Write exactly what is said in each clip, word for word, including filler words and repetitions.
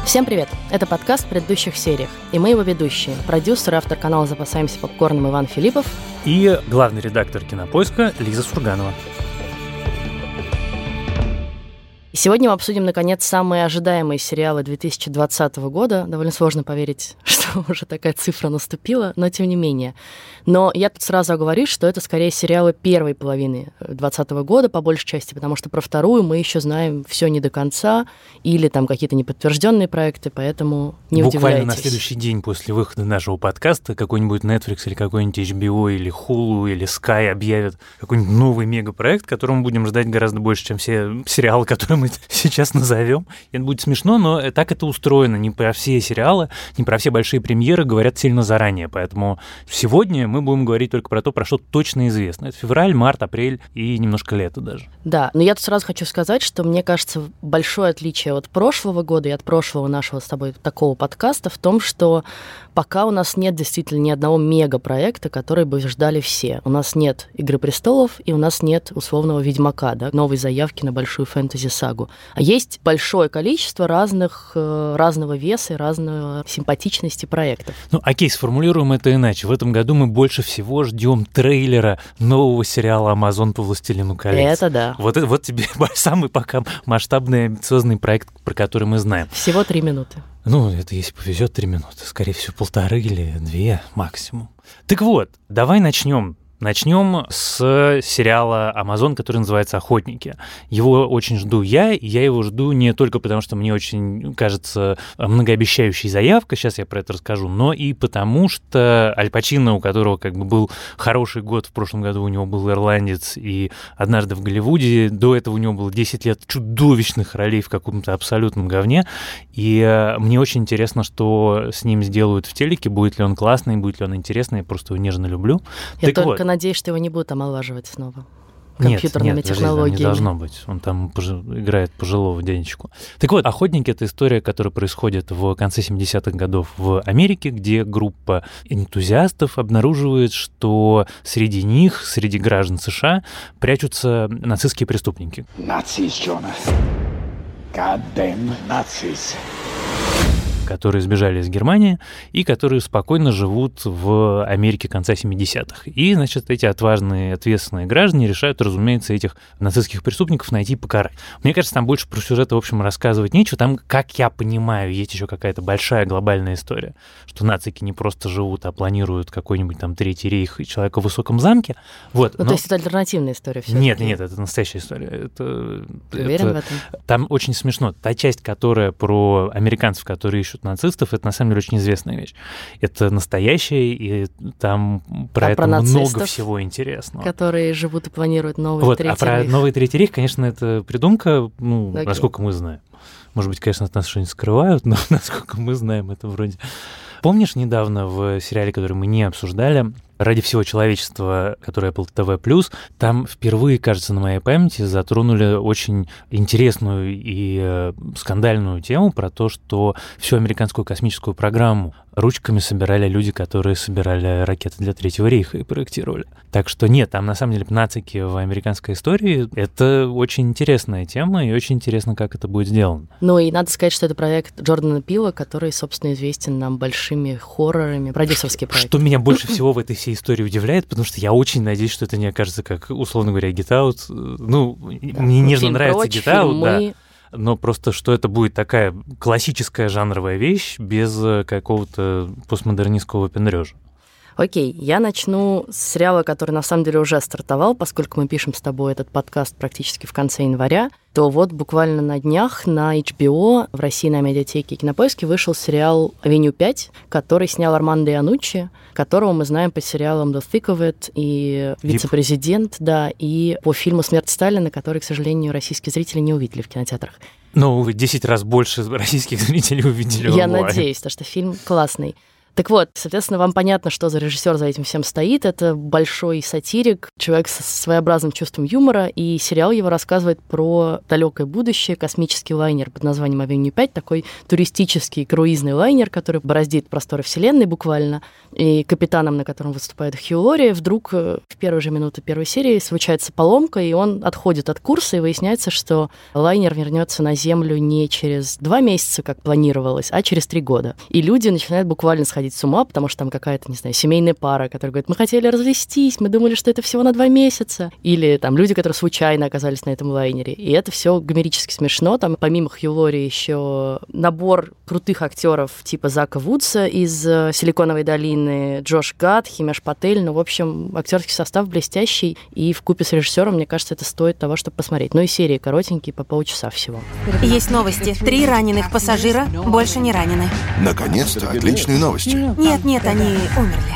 Всем привет! Это подкаст в предыдущих сериях, и мы его ведущие, продюсер и автор канала «Запасаемся попкорном» Иван Филиппов и главный редактор «Кинопоиска» Лиза Сурганова. Сегодня мы обсудим, наконец, самые ожидаемые сериалы две тысячи двадцатого года. Довольно сложно поверить, что уже такая цифра наступила, но тем не менее. Но я тут сразу оговорю, что это скорее сериалы первой половины двадцатого года, по большей части, потому что про вторую мы еще знаем все не до конца, или там какие-то неподтвержденные проекты, поэтому не Буквально удивляйтесь. Буквально на следующий день после выхода нашего подкаста какой-нибудь Netflix или какой-нибудь эйч би о или Hulu или Sky объявят какой-нибудь новый мегапроект, которого мы будем ждать гораздо больше, чем все сериалы, которые мы сейчас назовем. Это будет смешно, но так это устроено. Не про все сериалы, не про все большие премьеры говорят сильно заранее. Поэтому сегодня мы будем говорить только про то, про что точно известно. Это февраль, март, апрель и немножко лето даже. Да, но я тут сразу хочу сказать, что мне кажется, большое отличие от прошлого года и от прошлого нашего с тобой такого подкаста в том, что пока у нас нет действительно ни одного мегапроекта, который бы ждали все. У нас нет «Игры престолов» и у нас нет условного «Ведьмака», да, новой заявки на большую фэнтези-сагу. А есть большое количество разных, разного веса и разной симпатичности проектов. Ну, окей, сформулируем это иначе. В этом году мы больше всего ждем трейлера нового сериала «Амазон по «Властелину колец». Это да. Вот, это, вот тебе самый пока масштабный амбициозный проект, про который мы знаем. Всего три минуты. Ну, это если повезет три минуты. Скорее всего, полторы или две максимум. Так вот, давай начнем. Начнем с сериала «Амазон», который называется «Охотники». Его очень жду я, и я его жду не только потому, что мне очень кажется многообещающей заявка, сейчас я про это расскажу, но и потому, что Аль Пачино, у которого как бы был хороший год, в прошлом году у него был «Ирландец» и «Однажды в Голливуде», до этого у него было десять лет чудовищных ролей в каком-то абсолютном говне, и мне очень интересно, что с ним сделают в телеке, будет ли он классный, будет ли он интересный, я просто его нежно люблю. Я так только вот, надеюсь, что его не будут омолаживать снова компьютерными нет, нет, технологиями. Подожди, не должно быть. Он там пож... играет пожилого дядечку. Так вот, «Охотники» — это история, которая происходит в конце семидесятых годов в Америке, где группа энтузиастов обнаруживает, что среди них, среди граждан США, прячутся нацистские преступники. Nazis, Jonah. Goddamn Nazis. Которые сбежали из Германии и которые спокойно живут в Америке конца семидесятых. И, значит, эти отважные, ответственные граждане решают, разумеется, этих нацистских преступников найти и покарать. Мне кажется, там больше про сюжет, в общем, рассказывать нечего. Там, как я понимаю, есть еще какая-то большая глобальная история, что нацики не просто живут, а планируют какой-нибудь там Третий рейх и Человека в высоком замке. Вот. Ну, Но... то есть это альтернативная история все-таки? Нет, нет, это настоящая история. Это, Ты уверен это... в этом? Там очень смешно. Та часть, которая про американцев, которые ищут нацистов, это на самом деле очень известная вещь. Это настоящее, и там про а это про много всего интересного. Которые живут и планируют новый вот, Третий а про рейх. новый Третий рейх, конечно, это придумка, ну, Окей. насколько мы знаем. Может быть, конечно, от нас что-нибудь скрывают, но насколько мы знаем, это вроде... Помнишь, недавно в сериале, который мы не обсуждали, «Ради всего человечества», который Apple ти ви плюс, там впервые, кажется, на моей памяти затронули очень интересную и э, скандальную тему про то, что всю американскую космическую программу ручками собирали люди, которые собирали ракеты для Третьего рейха и проектировали. Так что нет, там на самом деле нацики в американской истории — это очень интересная тема, и очень интересно, как это будет сделано. Ну и надо сказать, что это проект Джордана Пила, который, собственно, известен нам большими хоррорами, продюсерский проект. Что меня больше всего в этой всей истории удивляет, потому что я очень надеюсь, что это не окажется как, условно говоря, Get Out. Ну, Да. мне нежно Фильм нравится «Прочь», Get Out, фильм да. «Мы». Но просто, что это будет такая классическая жанровая вещь без какого-то постмодернистского пендрёжа. Окей, я начну с сериала, который на самом деле уже стартовал, поскольку мы пишем с тобой этот подкаст практически в конце января, то вот буквально на днях на эйч би о в России на медиатеке и Кинопоиске вышел сериал «Авеню пять», который снял Армандо Ианнуччи, которого мы знаем по сериалам «The Thick of It» и «Вице-президент», да, и по фильму «Смерть Сталина», который, к сожалению, российские зрители не увидели в кинотеатрах. Ну, вы десять раз больше российских зрителей увидели Я онлайн. надеюсь, потому что фильм классный. Так вот, соответственно, вам понятно, что за режиссер за этим всем стоит. Это большой сатирик, человек со своеобразным чувством юмора, и сериал его рассказывает про далекое будущее, космический лайнер под названием «Авеню пять», такой туристический круизный лайнер, который бороздит просторы Вселенной буквально, и капитаном, на котором выступает Хью Лори, вдруг в первые же минуты первой серии случается поломка, и он отходит от курса, и выясняется, что лайнер вернется на Землю не через два месяца, как планировалось, а через три года. И люди начинают буквально сходить с ума, потому что там какая-то, не знаю, семейная пара, которая говорит: мы хотели развестись, мы думали, что это всего на два месяца. Или там люди, которые случайно оказались на этом лайнере. И это все гомерически смешно. Там помимо Хью Лори еще набор крутых актеров типа Зака Вудса из «Силиконовой долины», Джош Гад, Химеш Патель. Ну, в общем, актерский состав блестящий, и вкупе с режиссером, мне кажется, это стоит того, чтобы посмотреть. Ну и серии коротенькие, по полчаса всего. Есть новости. Три раненых пассажира больше не ранены. Наконец-то, отличные новости. Нет, нет, они умерли.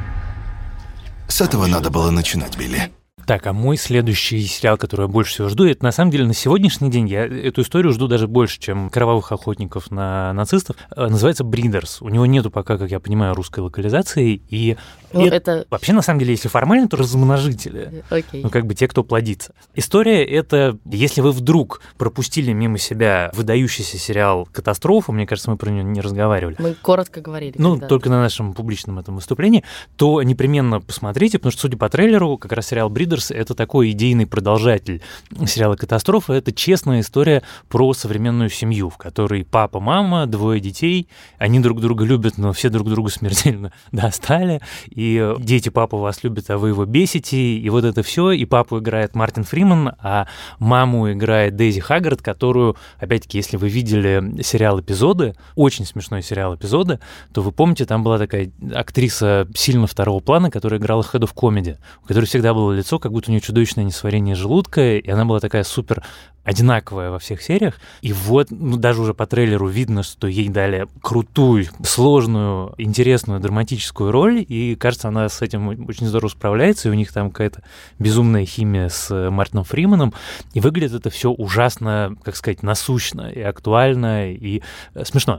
С этого надо было начинать, Билли. Так, а мой следующий сериал, который я больше всего жду, это на самом деле на сегодняшний день я эту историю жду даже больше, чем «Кровавых охотников на нацистов». Называется «Бридерс». У него нету пока, как я понимаю, русской локализации. И ну, это... это... Вообще, на самом деле, если формально, то размножители. Окей. Ну, как бы те, кто плодится. История — это, если вы вдруг пропустили мимо себя выдающийся сериал «Катастрофа», мне кажется, мы про него не разговаривали. Мы коротко говорили. Ну, когда-то. только на нашем публичном этом выступлении, то непременно посмотрите, потому что, судя по трейлеру, как раз сериал «Бридерс» — это такой идейный продолжатель сериала «Катастрофа». Это честная история про современную семью, в которой папа, мама, двое детей, они друг друга любят, но все друг друга смертельно достали, и дети папу вас любят, а вы его бесите, и вот это все. И папу играет Мартин Фриман, а маму играет Дейзи Хаггард, которую, опять-таки, если вы видели сериал «Эпизоды», очень смешной сериал «Эпизоды», то вы помните, там была такая актриса сильно второго плана, которая играла Head of Comedy, у которой всегда было лицо, как будто у нее чудовищное несварение желудка, и она была такая супер одинаковая во всех сериях. И вот, ну, даже уже по трейлеру видно, что ей дали крутую, сложную, интересную, драматическую роль, и, кажется, она с этим очень здорово справляется, и у них там какая-то безумная химия с Мартином Фриманом, и выглядит это все ужасно, как сказать, насущно и актуально, и смешно.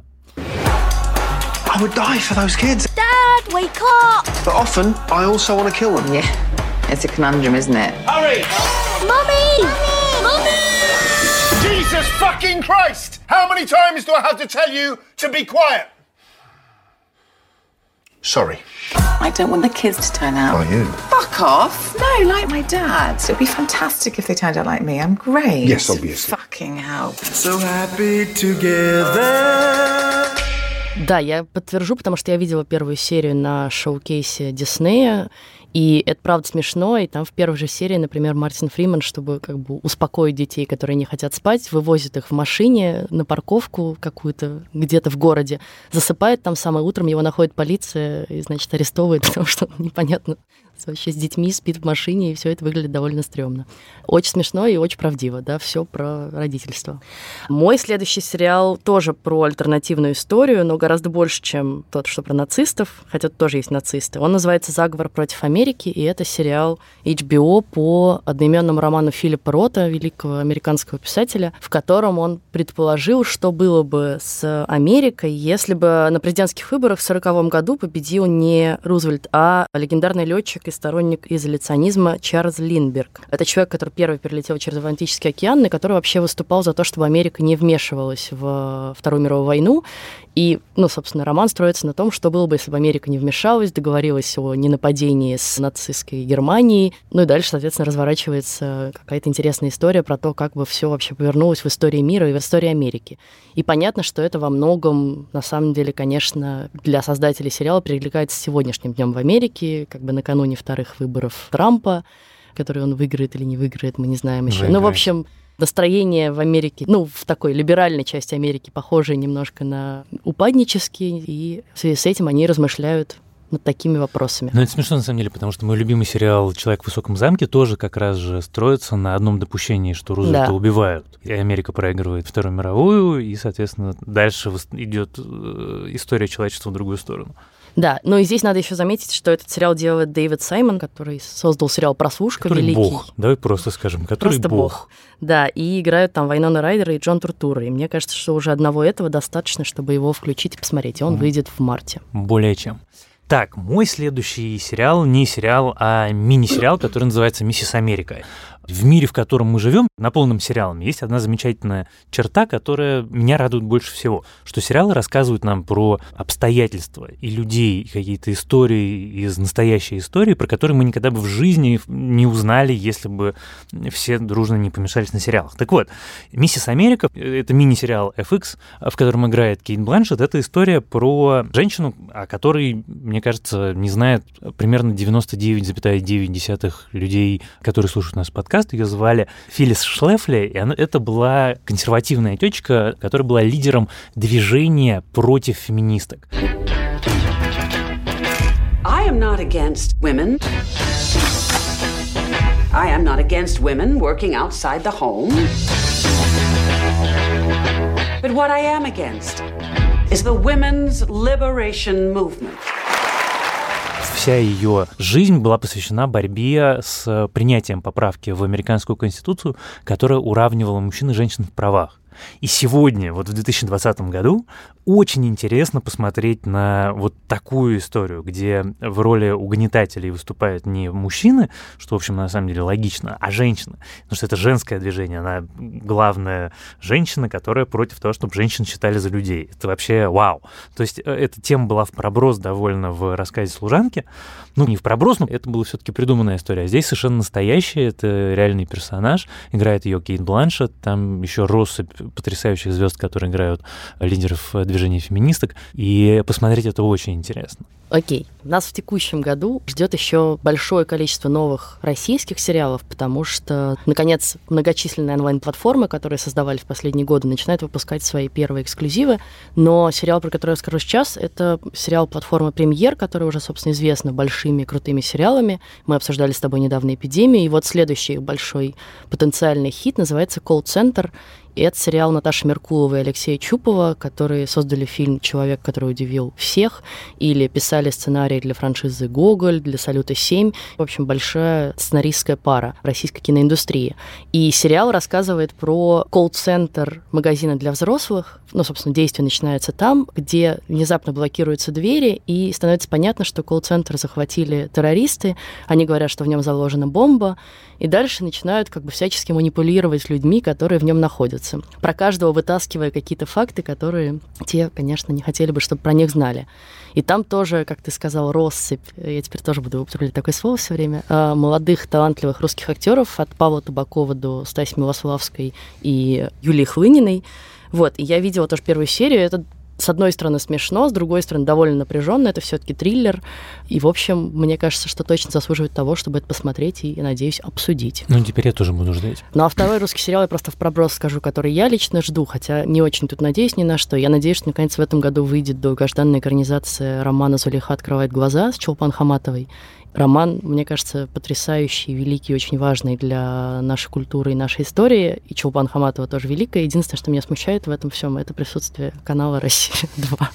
I would die for those kids. Dad, wake up! But often, I also want to kill them. Yeah, it's a conundrum, isn't it? Hurry! Mummy! Mummy! Jesus fucking Christ! How many times do I have to tell you to be quiet? Sorry. I don't want the kids to turn out. Are you? Fuck off. No, like my dad. It'd be fantastic if they turned out like me. I'm great. Yes, obviously. Fucking hell. So happy together. Да, я подтвержу, потому что я видела первую серию на шоу-кейсе Диснея, и это правда смешно, и там в первой же серии, например, Мартин Фриман, чтобы как бы успокоить детей, которые не хотят спать, вывозит их в машине на парковку какую-то где-то в городе, засыпает там самое утром, его находит полиция и, значит, арестовывает, потому что непонятно, вообще с детьми спит в машине, и все это выглядит довольно стрёмно. Очень смешно и очень правдиво, да, все про родительство. Мой следующий сериал тоже про альтернативную историю, но гораздо больше, чем тот, что про нацистов, хотя тут тоже есть нацисты. Он называется «Заговор против Америки», и это сериал эйч би о по одноименному роману Филиппа Рота, великого американского писателя, в котором он предположил, что было бы с Америкой, если бы на президентских выборах в сороковом году победил не Рузвельт, а легендарный летчик и сторонник изоляционизма Чарльз Линдберг. Это человек, который первый перелетел через Атлантический океан, и который вообще выступал за то, чтобы Америка не вмешивалась в Вторую мировую войну. И, ну, собственно, роман строится на том, что было бы, если бы Америка не вмешалась, договорилась о ненападении с нацистской Германией. Ну и дальше, соответственно, разворачивается какая-то интересная история про то, как бы все вообще повернулось в истории мира и в истории Америки. И понятно, что это во многом, на самом деле, конечно, для создателей сериала привлекается сегодняшним днем в Америке, как бы накануне вторых выборов Трампа, которые он выиграет или не выиграет, мы не знаем еще. Выиграет. Ну, в общем, настроение в Америке, ну, в такой либеральной части Америки, похожее немножко на упаднические, и в связи с этим они размышляют над такими вопросами. Ну, это смешно, на самом деле, потому что мой любимый сериал «Человек в высоком замке» тоже как раз же строится на одном допущении, что Рузвельта да. убивают. И Америка проигрывает Вторую мировую, и, соответственно, дальше идет история человечества в другую сторону. Да, но и здесь надо еще заметить, что этот сериал делает Дэвид Саймон, который создал сериал «Прослушка» который великий. Бог, давай просто скажем, который просто бог. бог. Да, и играют там Вайнона Райдер и Джон Туртура. И мне кажется, что уже одного этого достаточно, чтобы его включить и посмотреть. И он mm. выйдет в марте. Более чем. Так, мой следующий сериал не сериал, а мини-сериал, который называется «Миссис Америка». В мире, в котором мы живем, наполненном сериалами, есть одна замечательная черта, которая меня радует больше всего, что сериалы рассказывают нам про обстоятельства и людей, какие-то истории из настоящей истории, про которые мы никогда бы в жизни не узнали, если бы все дружно не помешались на сериалах. Так вот, «Миссис Америка» — это мини-сериал эф икс, в котором играет Кейт Бланшетт. Это история про женщину, о которой, мне кажется, не знает примерно девяносто девять целых девять десятых людей, которые слушают нас подкаст. Ее звали Филлис Шлефли, и она, это была консервативная тетечка, которая была лидером движения против феминисток. I am not against women. I am not against women working outside the home. But what I am against is the women's liberation movement. Вся ее жизнь была посвящена борьбе с принятием поправки в американскую конституцию, которая уравнивала мужчин и женщин в правах. И сегодня, вот в две тысячи двадцатом году, очень интересно посмотреть на вот такую историю, где в роли угнетателей выступают не мужчины, что, в общем, на самом деле логично, а женщины. Потому что это женское движение, она главная женщина, которая против того, чтобы женщин считали за людей. Это вообще вау. То есть эта тема была в проброс довольно в рассказе «Служанки». Ну, не в проброс, но это была все-таки придуманная история. А здесь совершенно настоящая, это реальный персонаж. Играет ее Кейт Бланшетт, там еще россыпь потрясающих звезд, которые играют лидеров движения феминисток, и посмотреть это очень интересно. Окей. Нас в текущем году ждет еще большое количество новых российских сериалов, потому что, наконец, многочисленные онлайн-платформы, которые создавали в последние годы, начинают выпускать свои первые эксклюзивы. Но сериал, про который я скажу сейчас, это сериал платформы «Премьер», который уже, собственно, известна большими крутыми сериалами. Мы обсуждали с тобой недавно «Эпидемию», и вот следующий большой потенциальный хит называется «Колл-центр». И это сериал Наташи Меркуловой и Алексея Чупова, которые создали фильм «Человек, который удивил всех», или писали сценарий для франшизы «Гоголь», для «Салюта семь». В общем, большая сценаристская пара в российской киноиндустрии. И сериал рассказывает про колл-центр магазина для взрослых. Ну, собственно, действие начинается там, где внезапно блокируются двери, и становится понятно, что колл-центр захватили террористы. Они говорят, что в нем заложена бомба, и дальше начинают как бы всячески манипулировать людьми, которые в нем находятся. Про каждого вытаскивая какие-то факты, которые те, конечно, не хотели бы, чтобы про них знали. И там тоже, как ты сказал, россыпь, я теперь тоже буду употреблять такое слово все время, молодых, талантливых русских актеров от Павла Табакова до Стаси Милославской и Юлии Хлыниной. Вот, и я видела тоже первую серию, это с одной стороны смешно, с другой стороны довольно напряженно, это все-таки триллер. И, в общем, мне кажется, что точно заслуживает того, чтобы это посмотреть и, надеюсь, обсудить. Ну, теперь я тоже буду ждать. Ну, а второй русский сериал я просто в проброс скажу, который я лично жду, хотя не очень тут надеюсь ни на что. Я надеюсь, что, наконец, в этом году выйдет долгожданная экранизация романа «Зулейха открывает глаза» с Чулпан Хаматовой. Роман, мне кажется, потрясающий, великий, очень важный для нашей культуры и нашей истории. И Чулпан Хаматова тоже великая. Единственное, что меня смущает в этом всем, это присутствие канала «Россия-два»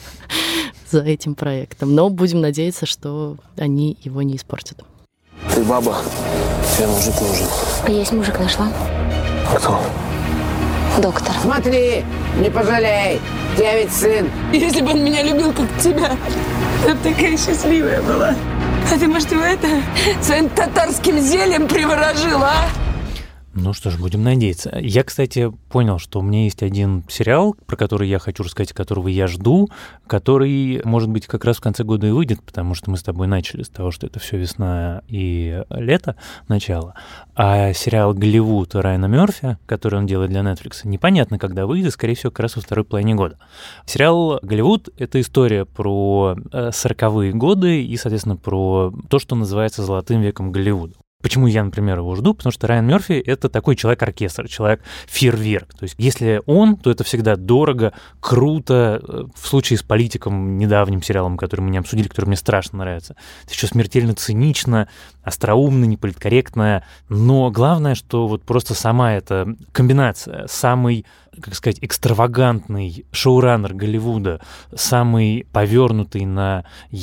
за этим проектом. Но будем надеяться, что они его не испортят. Ты баба, тебе мужик нужен. Есть мужик нашла. Кто? Доктор. Смотри, не пожалей, я ведь сын. Если бы он меня любил, как тебя, я бы такая счастливая была. А ты, может, его это своим татарским зельем приворожила, а? Ну что ж, будем надеяться. Я, кстати, понял, что у меня есть один сериал, про который я хочу рассказать, которого я жду, который, может быть, как раз в конце года и выйдет, потому что мы с тобой начали с того, что это все весна и лето, начало. А сериал «Голливуд» Райана Мёрфи, который он делает для Netflix, непонятно, когда выйдет, скорее всего, как раз во второй половине года. Сериал «Голливуд» — это история про сороковые годы и, соответственно, про то, что называется «золотым веком Голливуда». Почему я, например, его жду? Потому что Райан Мерфи — это такой человек-оркестр, человек-фейерверк. То есть если он, то это всегда дорого, круто. В случае с «Политиком», недавним сериалом, который мы не обсудили, который мне страшно нравится, это еще смертельно цинично, остроумно, неполиткорректно. Но главное, что вот просто сама эта комбинация, самый, как сказать, экстравагантный шоураннер Голливуда, самый повернутый на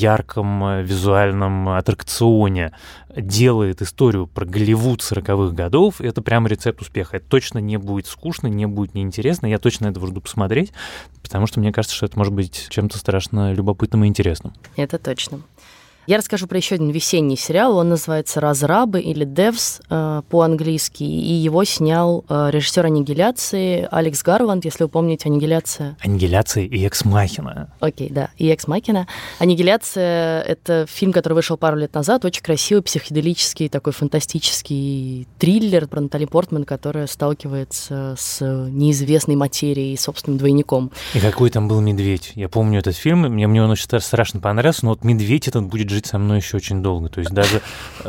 ярком визуальном аттракционе, делает историю про Голливуд сороковых годов, это прям рецепт успеха. Это точно не будет скучно, не будет неинтересно, я точно этого жду посмотреть, потому что мне кажется, что это может быть чем-то страшно любопытным и интересным. Это точно. Я расскажу про еще один весенний сериал, он называется «Разрабы» или «Devs» э, по-английски, и его снял э, режиссер «Аннигиляции» Алекс Гарланд, если вы помните «Аннигиляция». «Аннигиляция» и «Экс Махина». Окей, да, и «Экс Махина». «Аннигиляция» — это фильм, который вышел пару лет назад, очень красивый, психоделический, такой фантастический триллер про Натали Портман, которая сталкивается с неизвестной материей, собственным двойником. И какой там был медведь. Я помню этот фильм, мне, мне он очень страшно понравился, но вот медведь этот будет жить со мной еще очень долго. То есть даже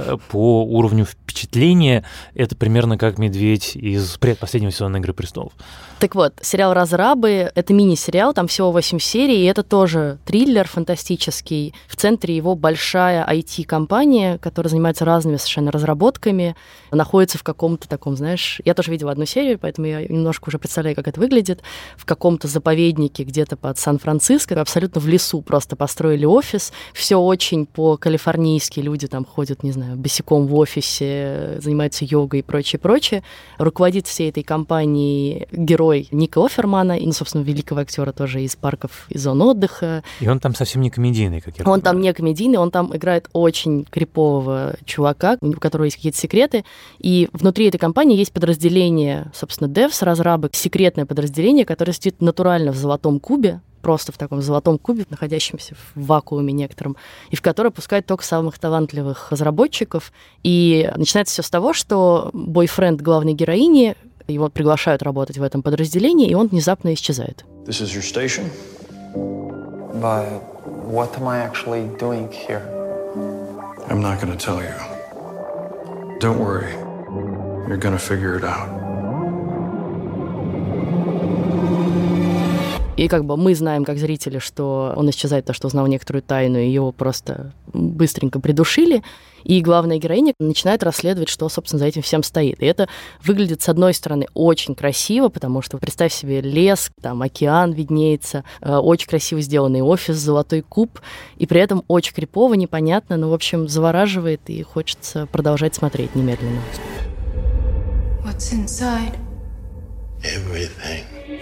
по уровню впечатления это примерно как медведь из предпоследнего сезона «Игры престолов». Так вот, сериал «Разрабы» — это мини-сериал, там всего восемь серий, и это тоже триллер фантастический. В центре его большая ай ти-компания, которая занимается разными совершенно разработками, находится в каком-то таком, знаешь... Я тоже видела одну серию, поэтому я немножко уже представляю, как это выглядит. В каком-то заповеднике где-то под Сан-Франциско, абсолютно в лесу просто построили офис. Все очень по-калифорнийски, люди там ходят, не знаю, босиком в офисе, занимаются йогой и прочее, прочее. Руководит всей этой компанией герой Ника Оффермана, и, ну, собственно, великого актера тоже из парков и зон отдыха. И он там совсем не комедийный, как я понимаю. Он там не комедийный, он там играет очень крипового чувака, у которого есть какие-то секреты, и внутри этой компании есть подразделение, собственно, Devs, разрабы, секретное подразделение, которое сидит натурально в золотом кубе, просто в таком золотом кубе, находящемся в вакууме некотором, и в который пускают только самых талантливых разработчиков. И начинается все с того, что бойфренд главной героини, его приглашают работать в этом подразделении, и он внезапно исчезает. This is your station? But what am I actually doing here? I'm not gonna tell you. Don't worry. You're gonna figure it out. И как бы мы знаем, как зрители, что он исчезает, то, что узнал некоторую тайну, и его просто быстренько придушили. И главная героиня начинает расследовать, что, собственно, за этим всем стоит. И это выглядит, с одной стороны, очень красиво, потому что, представь себе, лес, там океан виднеется, очень красиво сделанный офис, золотой куб, и при этом очень крипово, непонятно, но, в общем, завораживает, и хочется продолжать смотреть немедленно. What's inside? Everything.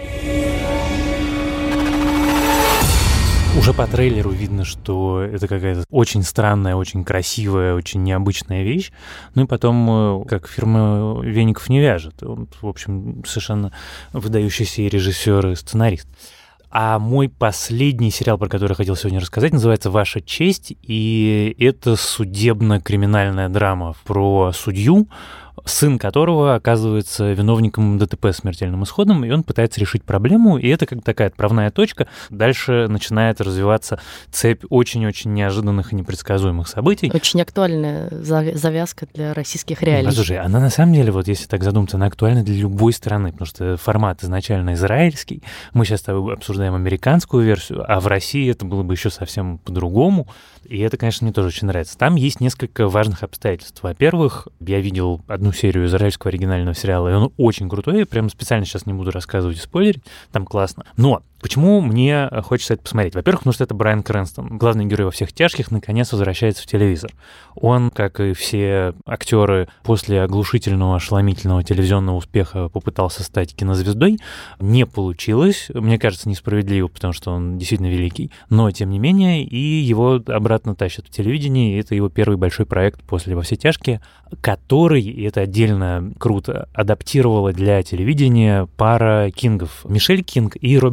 Уже по трейлеру видно, что это какая-то очень странная, очень красивая, очень необычная вещь. Ну и потом, как фирма веников не вяжет. Он, в общем, совершенно выдающийся и режиссер, и сценарист. А мой последний сериал, про который я хотел сегодня рассказать, называется «Ваша честь», и это судебно-криминальная драма про судью, сын которого оказывается виновником ДТП с смертельным исходом, и он пытается решить проблему, и это как такая отправная точка. Дальше начинает развиваться цепь очень-очень неожиданных и непредсказуемых событий. Очень актуальная завязка для российских реалий. Слушай, она на самом деле, вот если так задуматься, она актуальна для любой страны, потому что формат изначально израильский, мы сейчас с тобой обсуждаем американскую версию, а в России это было бы еще совсем по-другому, и это, конечно, мне тоже очень нравится. Там есть несколько важных обстоятельств. Во-первых, я видел одну серию израильского оригинального сериала, и он очень крутой, я прям специально сейчас не буду рассказывать и спойлерить, там классно. Но почему мне хочется это посмотреть? Во-первых, потому что это Брайан Крэнстон, главный герой «Во всех тяжких», наконец возвращается в телевизор. Он, как и все актеры, после оглушительного, ошеломительного телевизионного успеха попытался стать кинозвездой. Не получилось, мне кажется, несправедливо, потому что он действительно великий, но тем не менее, и его обратно тащат в телевидение, и это его первый большой проект после «Во все тяжкие», который, и это отдельно круто, адаптировала для телевидения пара Кингов, Мишель Кинг и Роберт Кинг.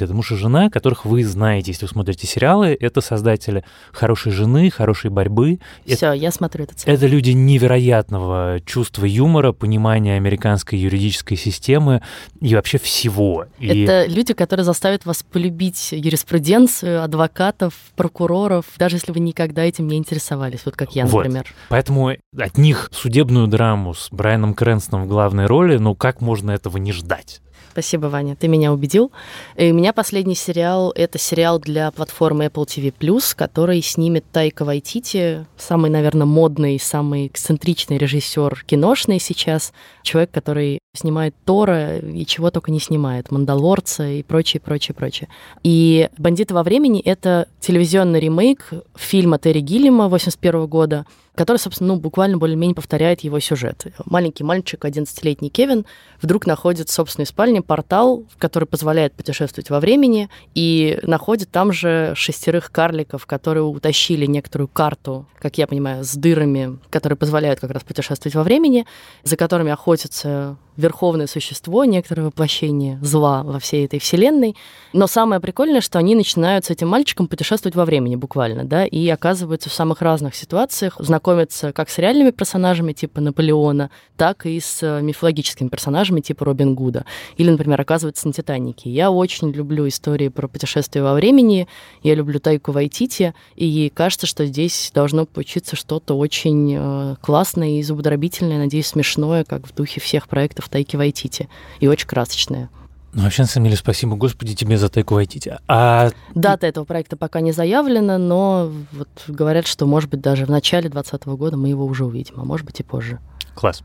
Это муж и жена, которых вы знаете, если вы смотрите сериалы. Это создатели «Хорошей жены», «Хорошей борьбы». Все, это, я смотрю этот сериал. Это люди невероятного чувства юмора, понимания американской юридической системы и вообще всего. И... Это люди, которые заставят вас полюбить юриспруденцию, адвокатов, прокуроров, даже если вы никогда этим не интересовались, вот как я, например. Вот. Поэтому от них судебную драму с Брайаном Крэнстоном в главной роли, ну как можно этого не ждать? Спасибо, Ваня, ты меня убедил. И у меня последний сериал — это сериал для платформы Apple ти ви плюс, который снимет Тайка Вайтити, самый, наверное, модный, самый эксцентричный режиссер киношный сейчас, человек, который снимает Тора и чего только не снимает, Мандалорца и прочее, прочее, прочее. И «Бандиты во времени» — это телевизионный ремейк фильма Терри Гиллиама восемьдесят первого года, который, собственно, ну, буквально более-менее повторяет его сюжет. Маленький мальчик, одиннадцатилетний Кевин, вдруг находит в собственной спальне портал, который позволяет путешествовать во времени, и находит там же шестерых карликов, которые утащили некоторую карту, как я понимаю, с дырами, которые позволяют как раз путешествовать во времени, за которыми охотятся верховное существо, некоторое воплощение зла во всей этой вселенной. Но самое прикольное, что они начинают с этим мальчиком путешествовать во времени буквально, да, и оказываются в самых разных ситуациях, знакомятся как с реальными персонажами типа Наполеона, так и с мифологическими персонажами типа Робин Гуда. Или, например, оказываются на «Титанике». Я очень люблю истории про путешествия во времени, я люблю Тайку Вайтити, и кажется, что здесь должно получиться что-то очень э, классное и зубодробительное, надеюсь, смешное, как в духе всех проектов Тайки Вайтити, и очень красочное. Ну, вообще, на самом деле, спасибо, Господи, тебе за Тайку Вайтити. А... Дата этого проекта пока не заявлена, но вот говорят, что, может быть, даже в начале двадцатого года мы его уже увидим, а может быть и позже. Класс.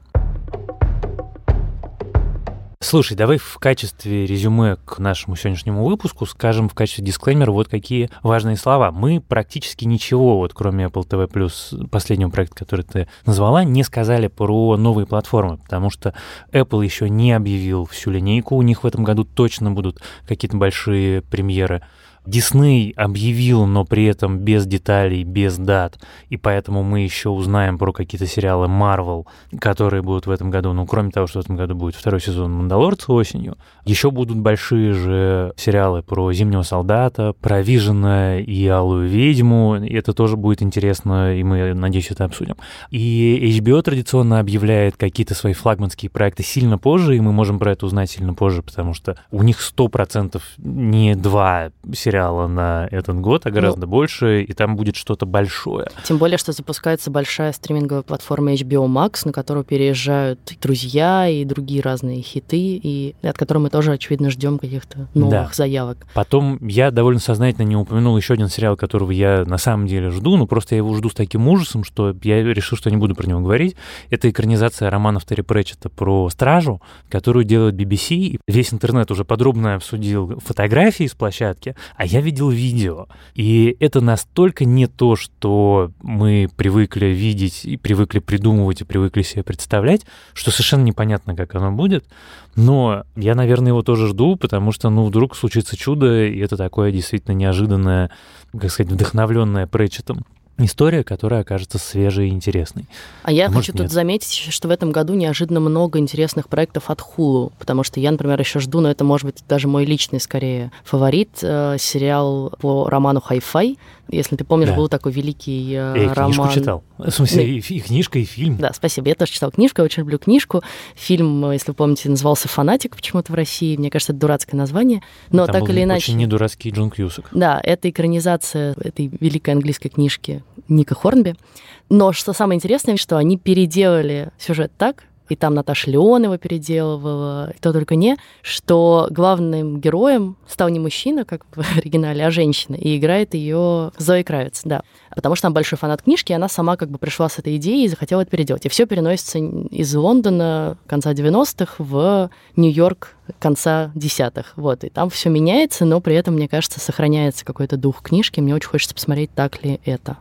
Слушай, давай в качестве резюме к нашему сегодняшнему выпуску скажем в качестве дисклеймера вот какие важные слова. Мы практически ничего, вот кроме Apple ти ви плюс, последнего проекта, который ты назвала, не сказали про новые платформы, потому что Apple еще не объявил всю линейку, у них в этом году точно будут какие-то большие премьеры. Disney объявил, но при этом без деталей, без дат, и поэтому мы еще узнаем про какие-то сериалы Marvel, которые будут в этом году. Ну, кроме того, что в этом году будет второй сезон «Мандалорца» осенью, еще будут большие же сериалы про «Зимнего солдата», про Вижена и «Алую ведьму». Это тоже будет интересно, и мы, надеюсь, это обсудим. И эйч би о традиционно объявляет какие-то свои флагманские проекты сильно позже, и мы можем про это узнать сильно позже, потому что у них сто процентов не два сериала на этот год, а гораздо ну, больше, и там будет что-то большое. Тем более, что запускается большая стриминговая платформа эйч би о Max, на которую переезжают «Друзья» и другие разные хиты, и от которой мы тоже, очевидно, ждем каких-то новых да. заявок. Потом я довольно сознательно не упомянул еще один сериал, которого я на самом деле жду, но просто я его жду с таким ужасом, что я решил, что не буду про него говорить. Это экранизация романов Терри Претчетта про Стражу, которую делает би би си. И весь интернет уже подробно обсудил фотографии с площадки, а я видел видео, и это настолько не то, что мы привыкли видеть и привыкли придумывать и привыкли себе представлять, что совершенно непонятно, как оно будет. Но я, наверное, его тоже жду, потому что, ну, вдруг случится чудо, и это такое действительно неожиданное, как сказать, вдохновленное Претчеттом история, которая окажется свежей и интересной. А я а хочу тут нет. заметить, что в этом году неожиданно много интересных проектов от Hulu, потому что я, например, еще жду, но это может быть даже мой личный, скорее, фаворит, э, сериал по роману «Хай-фай». Если ты помнишь, да. был такой великий э, я роман... Я книжку читал. В смысле, и, и книжка, и фильм. Да, спасибо. Я тоже читал книжку, я очень люблю книжку. Фильм, если вы помните, назывался «Фанатик» почему-то в России. Мне кажется, это дурацкое название. Но там так был или иначе... очень недурацкий Джон Кьюсак. Да, это экранизация этой великой английской книжки Ника Хорнби. Но что самое интересное, что они переделали сюжет так, и там Наташа Леонова переделывала, и то только не, что главным героем стал не мужчина, как в оригинале, а женщина, и играет ее Зои Кравиц, да. Потому что она большой фанат книжки, и она сама как бы пришла с этой идеей и захотела это переделать. И все переносится из Лондона конца девяностых в Нью-Йорк конца десятых. Вот, и там все меняется, но при этом, мне кажется, сохраняется какой-то дух книжки. Мне очень хочется посмотреть, так ли это.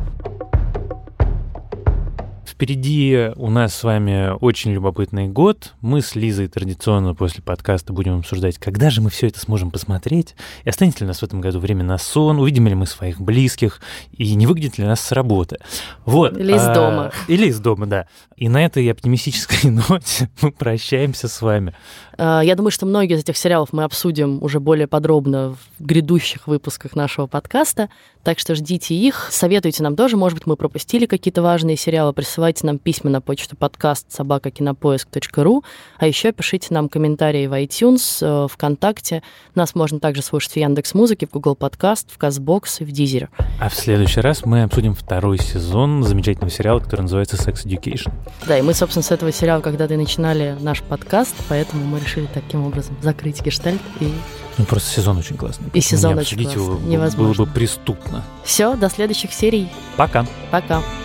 Впереди у нас с вами очень любопытный год. Мы с Лизой традиционно после подкаста будем обсуждать, когда же мы все это сможем посмотреть, и останется ли у нас в этом году время на сон, увидим ли мы своих близких, и не выгонит ли нас с работы. Вот. Или из а, дома. Или из дома, да. И на этой оптимистической ноте мы прощаемся с вами. Я думаю, что многие из этих сериалов мы обсудим уже более подробно в грядущих выпусках нашего подкаста, так что ждите их. Советуйте нам тоже, может быть, мы пропустили какие-то важные сериалы. Присылайте нам письма на почту подкаст собака кинопоиск точка ру, а еще пишите нам комментарии в iTunes, ВКонтакте. Нас можно также слушать в Яндекс.Музыке, в Google Подкаст, в Казбокс и в Дизере. А в следующий раз мы обсудим второй сезон замечательного сериала, который называется «Sex Education». Да, и мы, собственно, с этого сериала когда-то и начинали наш подкаст, поэтому мы решили таким образом закрыть гештальт и... Ну, просто сезон очень классный. И сезон очень классный. Его Невозможно. Было бы преступно. Все, до следующих серий. Пока. Пока.